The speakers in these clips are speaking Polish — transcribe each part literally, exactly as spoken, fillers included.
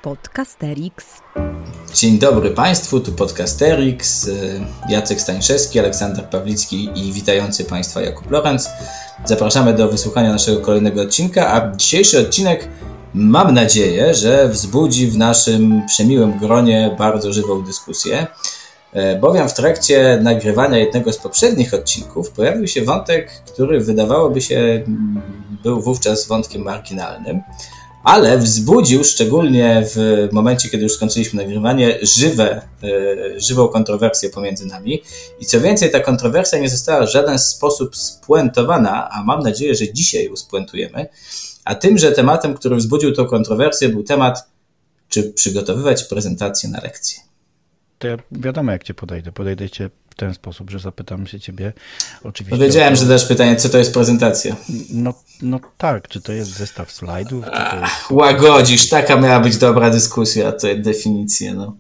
Podcasterix. Dzień dobry Państwu, tu Podcasterix, Jacek Stańszewski, Aleksander Pawlicki i witający Państwa Jakub Lorenz. Zapraszamy do wysłuchania naszego kolejnego odcinka, a dzisiejszy odcinek mam nadzieję, że wzbudzi w naszym przemiłym gronie bardzo żywą dyskusję, bowiem w trakcie nagrywania jednego z poprzednich odcinków pojawił się wątek, który wydawałoby się był wówczas wątkiem marginalnym, ale wzbudził, szczególnie w momencie, kiedy już skończyliśmy nagrywanie, żywe, żywą kontrowersję pomiędzy nami. I co więcej, ta kontrowersja nie została w żaden sposób spuentowana, a mam nadzieję, że dzisiaj ją spuentujemy. A tymże tematem, który wzbudził tą kontrowersję, był temat, czy przygotowywać prezentację na lekcję. To ja wiadomo, jak cię podejdę. Podejdę cię w ten sposób, że zapytam się ciebie oczywiście... No wiedziałem, to... że dasz pytanie, co to jest prezentacja. No, no tak, czy to jest zestaw slajdów? Czy to jest... Ach, łagodzisz, taka miała być dobra dyskusja, to jest definicja, no.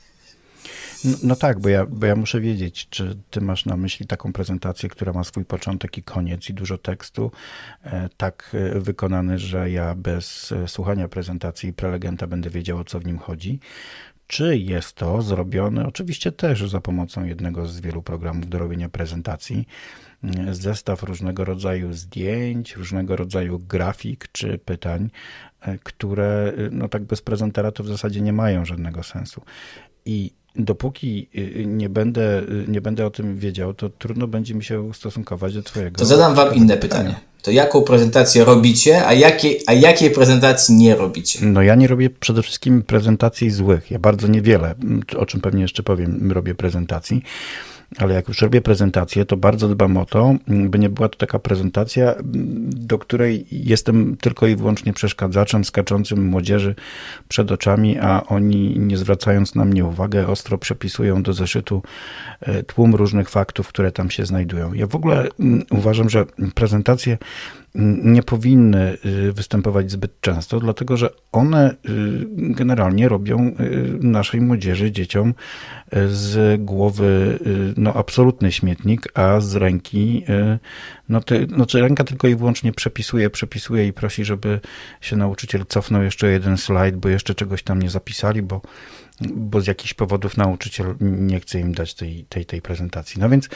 No, no tak, bo ja, bo ja muszę wiedzieć, czy ty masz na myśli taką prezentację, która ma swój początek i koniec i dużo tekstu, e, tak wykonany, że ja bez słuchania prezentacji i prelegenta będę wiedział, o co w nim chodzi. Czy jest to zrobione, oczywiście też za pomocą jednego z wielu programów do robienia prezentacji, zestaw różnego rodzaju zdjęć, różnego rodzaju grafik czy pytań, które no tak bez prezentera to w zasadzie nie mają żadnego sensu. I dopóki nie będę, nie będę o tym wiedział, to trudno będzie mi się ustosunkować do twojego... To zadam wam inne pytanie. To jaką prezentację robicie, a jakiej, a jakiej prezentacji nie robicie? No ja nie robię przede wszystkim prezentacji złych. Ja bardzo niewiele, o czym pewnie jeszcze powiem, robię prezentacji. Ale jak już robię prezentację, to bardzo dbam o to, by nie była to taka prezentacja, do której jestem tylko i wyłącznie przeszkadzaczem skaczącym młodzieży przed oczami, a oni, nie zwracając na mnie uwagi, ostro przepisują do zeszytu tłum różnych faktów, które tam się znajdują. Ja w ogóle uważam, że prezentacje nie powinny występować zbyt często, dlatego że one generalnie robią naszej młodzieży, dzieciom z głowy no, absolutny śmietnik, a z ręki, no, ty, no czy ręka tylko i wyłącznie przepisuje, przepisuje i prosi, żeby się nauczyciel cofnął jeszcze jeden slajd, bo jeszcze czegoś tam nie zapisali, bo, bo z jakichś powodów nauczyciel nie chce im dać tej, tej, tej prezentacji. No więc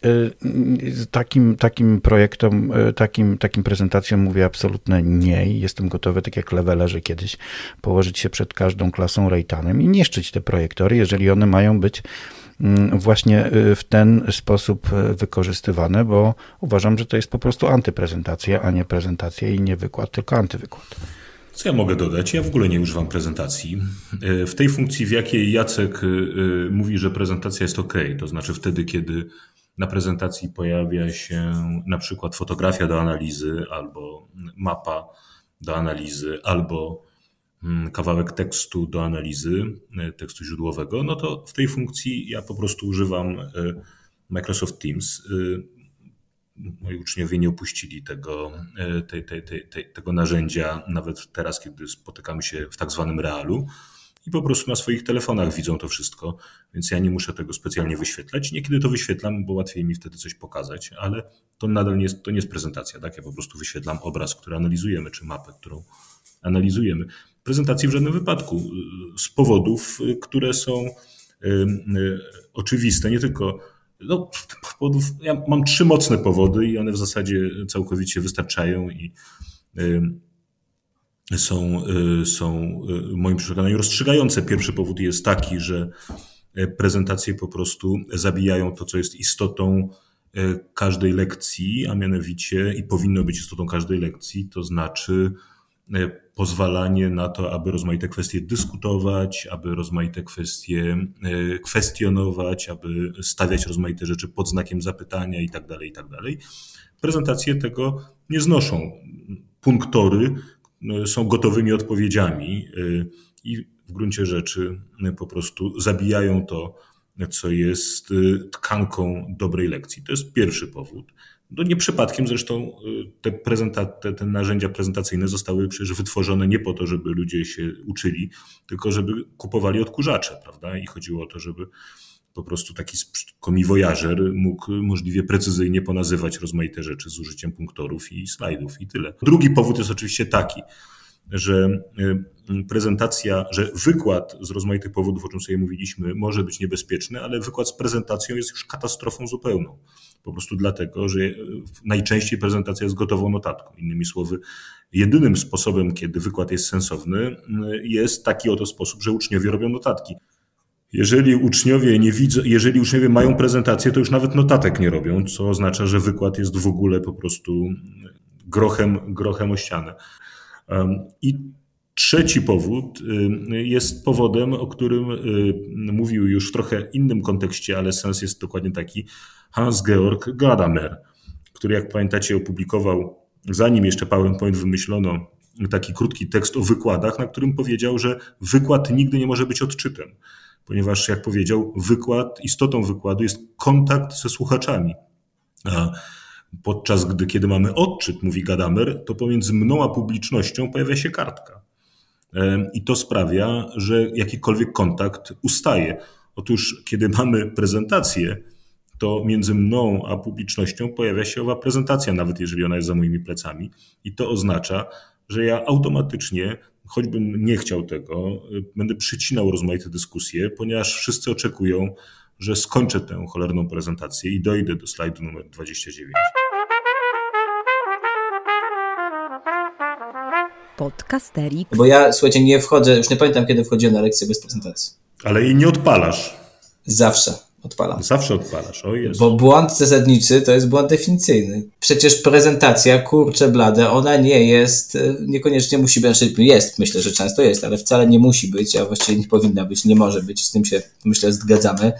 Takim, takim projektom, takim, takim prezentacjom mówię absolutne nie i jestem gotowy, tak jak levelerzy kiedyś, położyć się przed każdą klasą rejtanem i niszczyć te projektory, jeżeli one mają być właśnie w ten sposób wykorzystywane, bo uważam, że to jest po prostu antyprezentacja, a nie prezentacja i nie wykład, tylko antywykład. Co ja mogę dodać? Ja w ogóle nie używam prezentacji. W tej funkcji, w jakiej Jacek mówi, że prezentacja jest ok, to znaczy wtedy, kiedy na prezentacji pojawia się na przykład fotografia do analizy, albo mapa do analizy, albo kawałek tekstu do analizy, tekstu źródłowego, no to w tej funkcji ja po prostu używam Microsoft Teams. Moi uczniowie nie opuścili tego, te, te, te, te, tego narzędzia, nawet teraz, kiedy spotykamy się w tak zwanym realu. I po prostu na swoich telefonach widzą to wszystko, więc ja nie muszę tego specjalnie wyświetlać. Niekiedy to wyświetlam, bo łatwiej mi wtedy coś pokazać, ale to nadal nie jest, to nie jest prezentacja, tak? Ja po prostu wyświetlam obraz, który analizujemy, czy mapę, którą analizujemy. Prezentacji w żadnym wypadku, z powodów, które są y, y, oczywiste, nie tylko... No, powodów, ja mam trzy mocne powody i one w zasadzie całkowicie wystarczają i... Y, są, są w moim przekonaniu rozstrzygające. Pierwszy powód jest taki, że prezentacje po prostu zabijają to, co jest istotą każdej lekcji, a mianowicie i powinno być istotą każdej lekcji, to znaczy pozwalanie na to, aby rozmaite kwestie dyskutować, aby rozmaite kwestie kwestionować, aby stawiać rozmaite rzeczy pod znakiem zapytania i tak dalej, i tak dalej. Prezentacje tego nie znoszą. Punktory są gotowymi odpowiedziami i w gruncie rzeczy po prostu zabijają to, co jest tkanką dobrej lekcji. To jest pierwszy powód. No nie przypadkiem zresztą te, prezenta- te, te narzędzia prezentacyjne zostały przecież wytworzone nie po to, żeby ludzie się uczyli, tylko żeby kupowali odkurzacze, prawda? I chodziło o to, żeby po prostu taki komiwojażer mógł możliwie precyzyjnie ponazywać rozmaite rzeczy z użyciem punktorów i slajdów i tyle. Drugi powód jest oczywiście taki, że prezentacja, że wykład z rozmaitych powodów, o czym sobie mówiliśmy, może być niebezpieczny, ale wykład z prezentacją jest już katastrofą zupełną. Po prostu dlatego, że najczęściej prezentacja jest gotową notatką. Innymi słowy, jedynym sposobem, kiedy wykład jest sensowny, jest taki oto sposób, że uczniowie robią notatki. Jeżeli uczniowie nie widzą, jeżeli uczniowie mają prezentację, to już nawet notatek nie robią, co oznacza, że wykład jest w ogóle po prostu grochem, grochem o ścianę. I trzeci powód jest powodem, o którym mówił już w trochę innym kontekście, ale sens jest dokładnie taki, Hans-Georg Gadamer, który, jak pamiętacie, opublikował, zanim jeszcze PowerPoint wymyślono, taki krótki tekst o wykładach, na którym powiedział, że wykład nigdy nie może być odczytem, ponieważ, jak powiedział, wykład, istotą wykładu jest kontakt ze słuchaczami. A podczas gdy, kiedy mamy odczyt, mówi Gadamer, to pomiędzy mną a publicznością pojawia się kartka. I to sprawia, że jakikolwiek kontakt ustaje. Otóż, kiedy mamy prezentację, to między mną a publicznością pojawia się owa prezentacja, nawet jeżeli ona jest za moimi plecami. I to oznacza, że ja automatycznie, choćbym nie chciał tego, będę przycinał rozmaite dyskusje, ponieważ wszyscy oczekują, że skończę tę cholerną prezentację i dojdę do slajdu numer dwadzieścia dziewięć. Podcasterix. Bo ja, słuchajcie, nie wchodzę, już nie pamiętam, kiedy wchodziłem na lekcję bez prezentacji. Ale i nie odpalasz. Zawsze odpalam. Zawsze odpalasz, o Jezu. Bo błąd zasadniczy to jest błąd definicyjny. Przecież prezentacja, kurczę blade, ona nie jest, niekoniecznie musi być, znaczy jest, myślę, że często jest, ale wcale nie musi być, a właściwie nie powinna być, nie może być, z tym się, myślę, zgadzamy.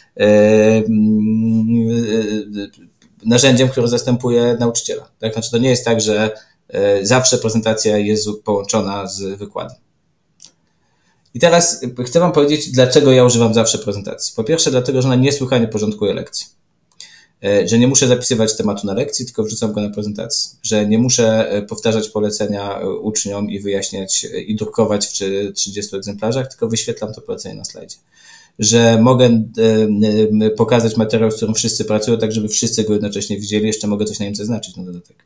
Narzędziem, które zastępuje nauczyciela. Tak? Znaczy to nie jest tak, że zawsze prezentacja jest połączona z wykładem. I teraz chcę wam powiedzieć, dlaczego ja używam zawsze prezentacji. Po pierwsze, dlatego, że ona niesłychanie porządkuje lekcję. Że nie muszę zapisywać tematu na lekcji, tylko wrzucam go na prezentacji. Że nie muszę powtarzać polecenia uczniom i wyjaśniać i drukować w trzydziestu egzemplarzach, tylko wyświetlam to polecenie na slajdzie. Że mogę pokazać materiał, z którym wszyscy pracują, tak żeby wszyscy go jednocześnie widzieli, jeszcze mogę coś na nim zaznaczyć na dodatek.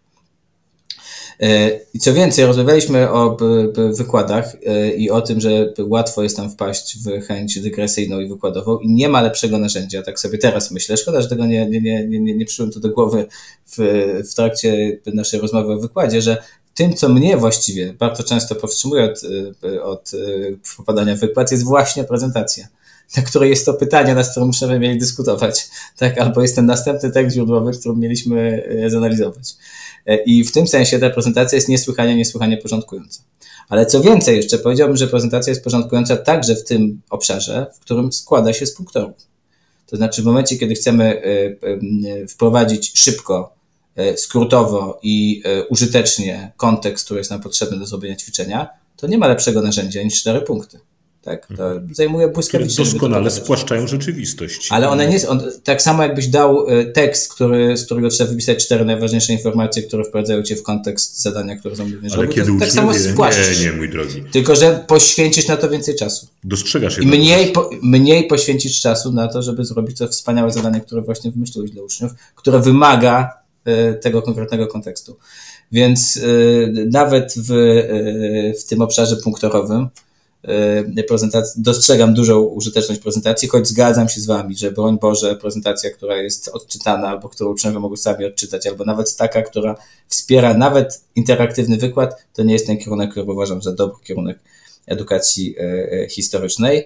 I co więcej, rozmawialiśmy o wykładach i o tym, że łatwo jest tam wpaść w chęć dygresyjną i wykładową i nie ma lepszego narzędzia, tak sobie teraz myślę. Szkoda, że tego nie, nie, nie, nie, nie przyszło to do głowy w, w trakcie naszej rozmowy o wykładzie, że tym, co mnie właściwie bardzo często powstrzymuje od, od popadania w wykład, jest właśnie prezentacja, na której jest to pytanie, nad którym musimy mieli dyskutować, tak? Albo jest ten następny tekst źródłowy, który mieliśmy zanalizować. I w tym sensie ta prezentacja jest niesłychanie, niesłychanie porządkująca. Ale co więcej jeszcze, powiedziałbym, że prezentacja jest porządkująca także w tym obszarze, w którym składa się z punktorów. To znaczy w momencie, kiedy chcemy wprowadzić szybko, skrótowo i użytecznie kontekst, który jest nam potrzebny do zrobienia ćwiczenia, to nie ma lepszego narzędzia niż cztery punkty. Tak, to zajmuje błyskawicznie. Które doskonale spłaszczają rzeczywistość. Ale one nie są, tak samo jakbyś dał tekst, który, z którego trzeba wypisać cztery najważniejsze informacje, które wprowadzają cię w kontekst zadania, które zamówisz. Ale kiedy tak samo spłaszczysz. Nie, nie, mój drogi. Tylko, że poświęcisz na to więcej czasu. Dostrzegasz je. I mniej, po, mniej poświęcisz czasu na to, żeby zrobić to wspaniałe zadanie, które właśnie wymyśliłeś dla uczniów, które wymaga y, tego konkretnego kontekstu. Więc y, nawet w, y, w tym obszarze punktorowym prezentacji, dostrzegam dużą użyteczność prezentacji, choć zgadzam się z wami, że broń Boże prezentacja, która jest odczytana albo którą uczniowie mogą sami odczytać, albo nawet taka, która wspiera nawet interaktywny wykład, to nie jest ten kierunek, który uważam za dobry kierunek edukacji historycznej.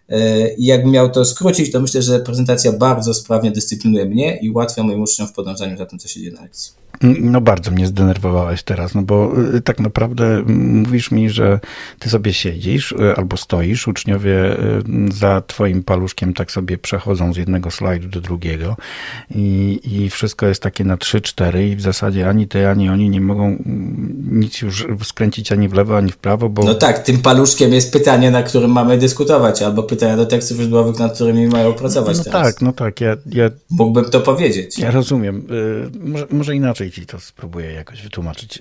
I jakbym miał to skrócić, to myślę, że prezentacja bardzo sprawnie dyscyplinuje mnie i ułatwia moim uczniom w podążaniu za tym, co się dzieje na lekcji. No bardzo mnie zdenerwowałeś teraz, no bo tak naprawdę mówisz mi, że ty sobie siedzisz albo stoisz, uczniowie za twoim paluszkiem tak sobie przechodzą z jednego slajdu do drugiego i, i wszystko jest takie na trzy cztery i w zasadzie ani ty, ani oni nie mogą nic już skręcić ani w lewo, ani w prawo, bo... No tak, tym paluszkiem jest pytanie, na którym mamy dyskutować, albo pytania do tekstów źródłowych, nad którymi mają pracować no teraz. Tak, no tak, ja... ja Mógłbym to powiedzieć. Ja rozumiem. Może, może inaczej ci to spróbuję jakoś wytłumaczyć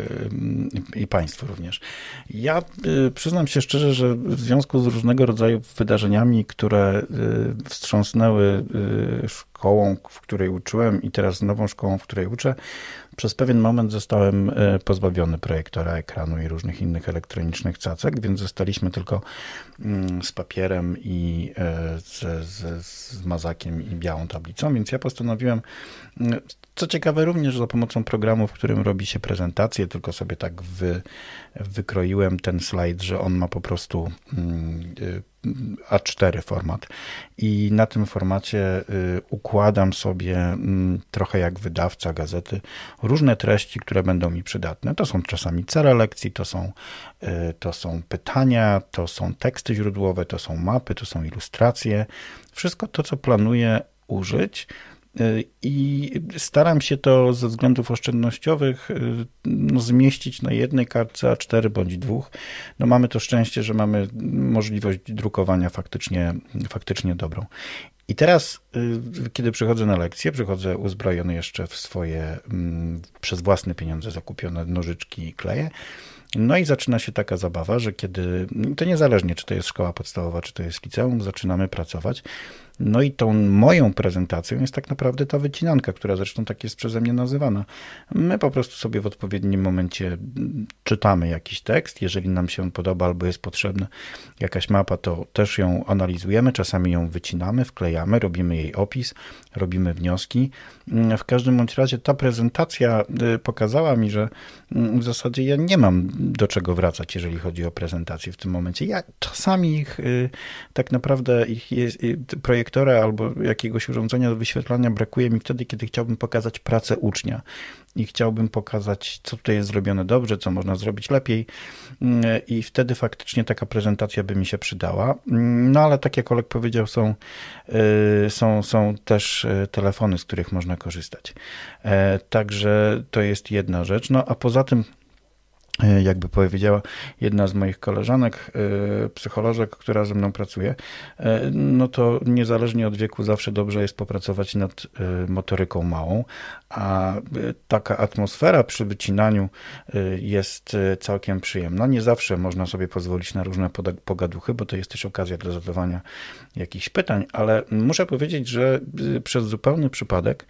i państwu również. Ja przyznam się szczerze, że w związku z różnego rodzaju wydarzeniami, które wstrząsnęły szkołą, w której uczyłem i teraz nową szkołą, w której uczę, przez pewien moment zostałem pozbawiony projektora, ekranu i różnych innych elektronicznych cacek, więc zostaliśmy tylko z papierem i z, z, z mazakiem i białą tablicą, więc ja postanowiłem, co ciekawe również za pomocą programu, w którym robi się prezentację, tylko sobie tak wy, wykroiłem ten slajd, że on ma po prostu A cztery format i na tym formacie układam sobie trochę jak wydawca gazety różne treści, które będą mi przydatne. To są czasami cele lekcji, to są, to są pytania, to są teksty źródłowe, to są mapy, to są ilustracje. Wszystko to, co planuję użyć, i staram się to ze względów oszczędnościowych no, zmieścić na jednej kartce A cztery bądź dwóch. No, mamy to szczęście, że mamy możliwość drukowania faktycznie, faktycznie dobrą. I teraz, kiedy przychodzę na lekcję, przychodzę uzbrojony jeszcze w swoje przez własne pieniądze zakupione nożyczki i kleje. No i zaczyna się taka zabawa, że kiedy, to niezależnie czy to jest szkoła podstawowa, czy to jest liceum, zaczynamy pracować. No i tą moją prezentacją jest tak naprawdę ta wycinanka, która zresztą tak jest przeze mnie nazywana. My po prostu sobie w odpowiednim momencie czytamy jakiś tekst, jeżeli nam się on podoba albo jest potrzebna jakaś mapa, to też ją analizujemy, czasami ją wycinamy, wklejamy, robimy jej opis, robimy wnioski. W każdym bądź razie ta prezentacja pokazała mi, że w zasadzie ja nie mam do czego wracać, jeżeli chodzi o prezentację w tym momencie. Ja czasami ich tak naprawdę ich jest, projektora albo jakiegoś urządzenia do wyświetlania brakuje mi wtedy, kiedy chciałbym pokazać pracę ucznia i chciałbym pokazać, co tutaj jest zrobione dobrze, co można zrobić lepiej i wtedy faktycznie taka prezentacja by mi się przydała. No ale tak jak Olek powiedział, są, są, są też telefony, z których można korzystać. Także to jest jedna rzecz. No a poza tym, jakby powiedziała jedna z moich koleżanek, psycholożek, która ze mną pracuje, no to niezależnie od wieku zawsze dobrze jest popracować nad motoryką małą, a taka atmosfera przy wycinaniu jest całkiem przyjemna. Nie zawsze można sobie pozwolić na różne pogaduchy, bo to jest też okazja do zadawania jakichś pytań, ale muszę powiedzieć, że przez zupełny przypadek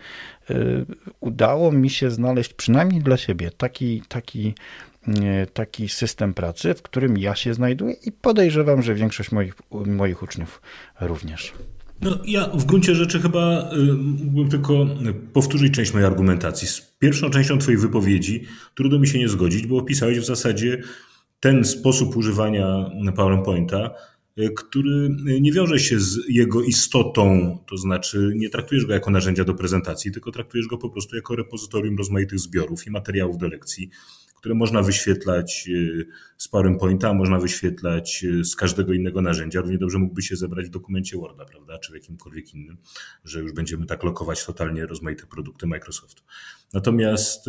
udało mi się znaleźć przynajmniej dla siebie taki, taki taki system pracy, w którym ja się znajduję i podejrzewam, że większość moich, moich uczniów również. No, ja w gruncie rzeczy chyba mógłbym tylko powtórzyć część mojej argumentacji. Z pierwszą częścią twojej wypowiedzi trudno mi się nie zgodzić, bo opisałeś w zasadzie ten sposób używania PowerPointa, który nie wiąże się z jego istotą, to znaczy nie traktujesz go jako narzędzia do prezentacji, tylko traktujesz go po prostu jako repozytorium rozmaitych zbiorów i materiałów do lekcji, które można wyświetlać z PowerPointa, można wyświetlać z każdego innego narzędzia. Równie dobrze mógłby się zebrać w dokumencie Worda, prawda, czy w jakimkolwiek innym, że już będziemy tak lokować totalnie rozmaite produkty Microsoftu. Natomiast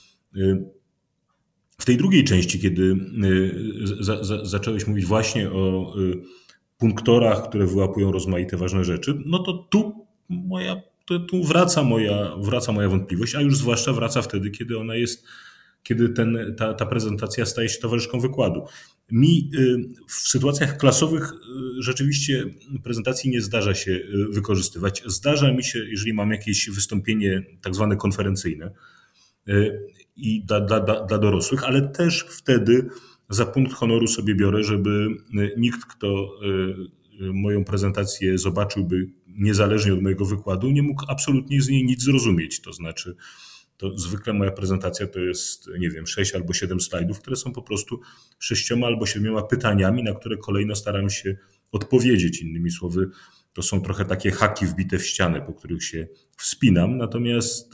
w tej drugiej części, kiedy za, za, zacząłeś mówić właśnie o punktorach, które wyłapują rozmaite ważne rzeczy, no to tu moja, to, tu wraca moja, wraca moja wątpliwość, a już zwłaszcza wraca wtedy, kiedy ona jest kiedy ten, ta, ta prezentacja staje się towarzyszką wykładu. Mi w sytuacjach klasowych rzeczywiście prezentacji nie zdarza się wykorzystywać. Zdarza mi się, jeżeli mam jakieś wystąpienie tak zwane konferencyjne i dla, dla, dla dorosłych, ale też wtedy za punkt honoru sobie biorę, żeby nikt, kto moją prezentację zobaczyłby niezależnie od mojego wykładu, nie mógł absolutnie z niej nic zrozumieć. To znaczy to zwykle moja prezentacja to jest, nie wiem, sześć albo siedem slajdów, które są po prostu sześcioma albo siedmioma pytaniami, na które kolejno staram się odpowiedzieć. Innymi słowy, to są trochę takie haki wbite w ścianę, po których się wspinam. Natomiast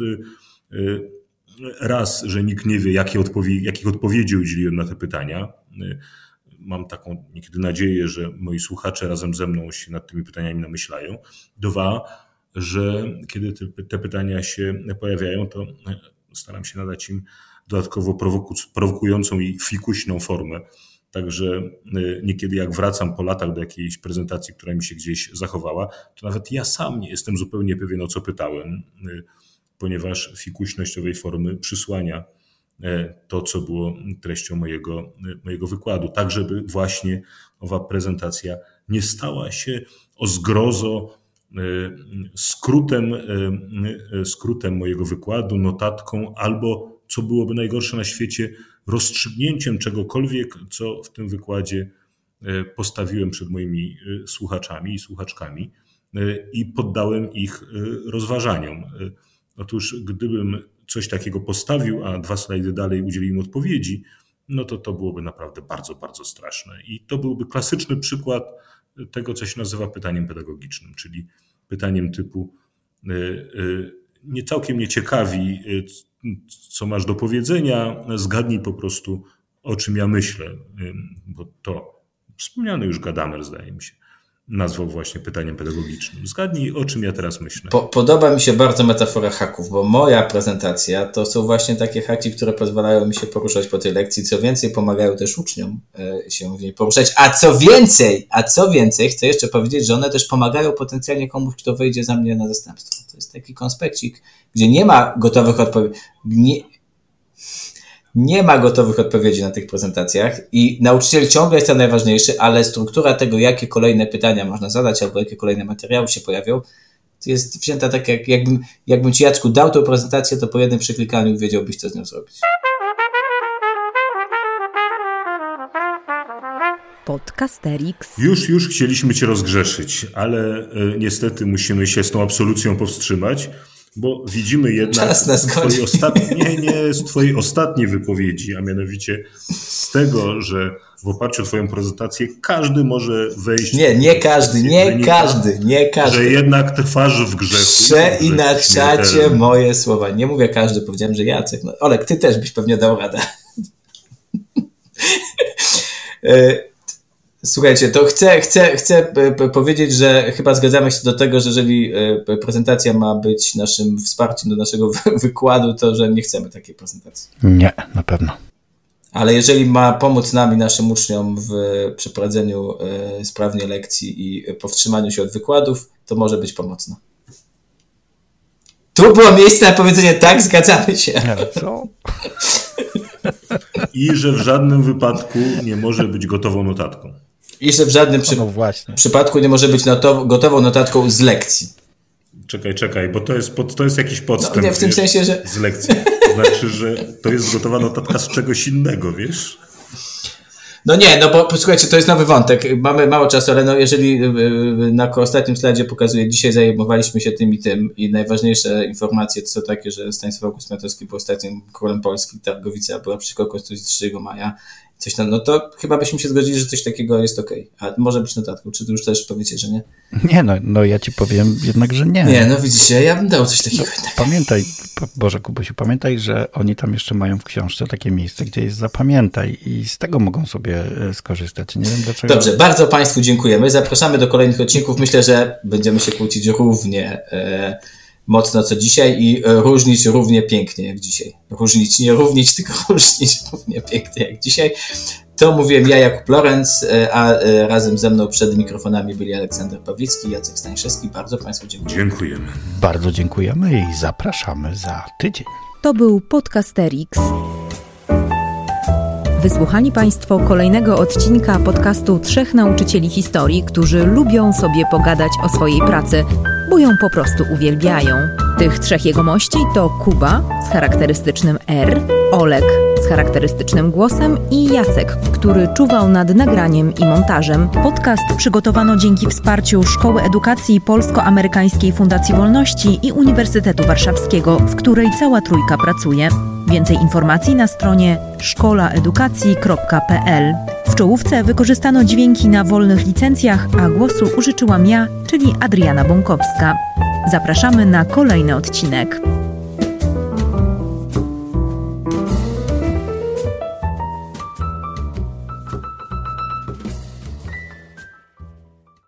raz, że nikt nie wie, jakie odpowie- jakich odpowiedzi udzieliłem na te pytania. Mam taką niekiedy nadzieję, że moi słuchacze razem ze mną się nad tymi pytaniami namyślają. Dwa, że kiedy te, te pytania się pojawiają, to staram się nadać im dodatkowo prowoku, prowokującą i fikuśną formę. Także niekiedy jak wracam po latach do jakiejś prezentacji, która mi się gdzieś zachowała, to nawet ja sam nie jestem zupełnie pewien, o co pytałem, ponieważ fikuśność owej formy przysłania to, co było treścią mojego, mojego wykładu. Tak, żeby właśnie owa prezentacja nie stała się o zgrozo skrótem, skrótem mojego wykładu, notatką, albo, co byłoby najgorsze na świecie, rozstrzygnięciem czegokolwiek, co w tym wykładzie postawiłem przed moimi słuchaczami i słuchaczkami i poddałem ich rozważaniom. Otóż gdybym coś takiego postawił, a dwa slajdy dalej udzielił im odpowiedzi, no to to byłoby naprawdę bardzo, bardzo straszne. I to byłby klasyczny przykład tego, co się nazywa pytaniem pedagogicznym, czyli pytaniem typu nie całkiem mnie ciekawi, co masz do powiedzenia, zgadnij po prostu, o czym ja myślę, bo to wspomniany już Gadamer, zdaje mi się, nazwał właśnie pytaniem pedagogicznym. Zgadnij, o czym ja teraz myślę. Po, podoba mi się bardzo metafora haków, bo moja prezentacja to są właśnie takie haki, które pozwalają mi się poruszać po tej lekcji. Co więcej, pomagają też uczniom e, się w niej poruszać. A co więcej, a co więcej, chcę jeszcze powiedzieć, że one też pomagają potencjalnie komuś, kto wejdzie za mnie na zastępstwo. To jest taki konspekcik, gdzie nie ma gotowych odpowiedzi. Nie, Nie ma gotowych odpowiedzi na tych prezentacjach i nauczyciel ciągle jest ten najważniejszy, ale struktura tego, jakie kolejne pytania można zadać albo jakie kolejne materiały się pojawią, to jest wzięta tak, jak jakbym, jakbym Ci, Jacku, dał tę prezentację, to po jednym przeklikaniu wiedziałbyś, co z nią zrobić. Podcasterix. Już, już chcieliśmy Cię rozgrzeszyć, ale y, niestety musimy się z tą absolucją powstrzymać, bo widzimy jednak z twojej, ostatniej, nie, nie, z twojej ostatniej wypowiedzi, a mianowicie z tego, że w oparciu o Twoją prezentację każdy może wejść... Nie, nie każdy, nie wynika, każdy, nie każdy. Że jednak trwasz w grzechu. Przeinaczacie moje słowa. Nie mówię każdy, powiedziałem, że Jacek. No, Olek, Ty też byś pewnie dał radę. Słuchajcie, to chcę, chcę, chcę powiedzieć, że chyba zgadzamy się do tego, że jeżeli prezentacja ma być naszym wsparciem do naszego wykładu, to że nie chcemy takiej prezentacji. Nie, na pewno. Ale jeżeli ma pomóc nam i naszym uczniom w przeprowadzeniu sprawnie lekcji i powstrzymaniu się od wykładów, to może być pomocna. Tu było miejsce na powiedzenie tak, zgadzamy się. Ale co? I że w żadnym wypadku nie może być gotową notatką. I że w żadnym przy... no właśnie. przypadku nie może być notow... gotową notatką z lekcji. Czekaj, czekaj, bo to jest, pod... to jest jakiś podstęp. No, nie, w tym wiesz, sensie, że... z lekcji. To znaczy, że to jest gotowa notatka z czegoś innego, wiesz? No nie, no bo słuchajcie, to jest nowy wątek. Mamy mało czasu, ale no jeżeli na ostatnim slajdzie pokazuję, dzisiaj zajmowaliśmy się tym i tym i najważniejsze informacje to są takie, że Stanisław August Poniatowski był ostatnim królem Polski, Targowica była przeciwko Konstytucji trzeciego maja, coś tam, no to chyba byśmy się zgodzili, że coś takiego jest okej. Okay. A może być notatką, czy tu już też powiecie, że nie? Nie, no, no ja ci powiem jednak, że nie. Nie, no widzicie, ja bym dał coś takiego. No, pamiętaj, Boże Kubusiu, pamiętaj, że oni tam jeszcze mają w książce takie miejsce, gdzie jest zapamiętaj i z tego mogą sobie skorzystać. Nie wiem dlaczego. Dobrze, bardzo Państwu dziękujemy. Zapraszamy do kolejnych odcinków. Myślę, że będziemy się kłócić równie e, mocno co dzisiaj i różnić równie pięknie jak dzisiaj. Różnić, nie równić, tylko różnić równie pięknie jak dzisiaj. To mówiłem ja, Jakub Lorenz, a razem ze mną przed mikrofonami byli Aleksander Pawlicki i Jacek Staniszewski. Bardzo Państwu dziękuję. Dziękujemy. Bardzo dziękujemy i zapraszamy za tydzień. To był Podcasterix. Wysłuchali Państwo kolejnego odcinka podcastu Trzech Nauczycieli Historii, którzy lubią sobie pogadać o swojej pracy, bo ją po prostu uwielbiają. Tych trzech jegomości to Kuba z charakterystycznym R, Olek z charakterystycznym głosem i Jacek, który czuwał nad nagraniem i montażem. Podcast przygotowano dzięki wsparciu Szkoły Edukacji Polsko-Amerykańskiej Fundacji Wolności i Uniwersytetu Warszawskiego, w której cała trójka pracuje. Więcej informacji na stronie szkoła edukacji kropka p l. W czołówce wykorzystano dźwięki na wolnych licencjach, a głosu użyczyłam ja, czyli Adriana Bąkowska. Zapraszamy na kolejny odcinek.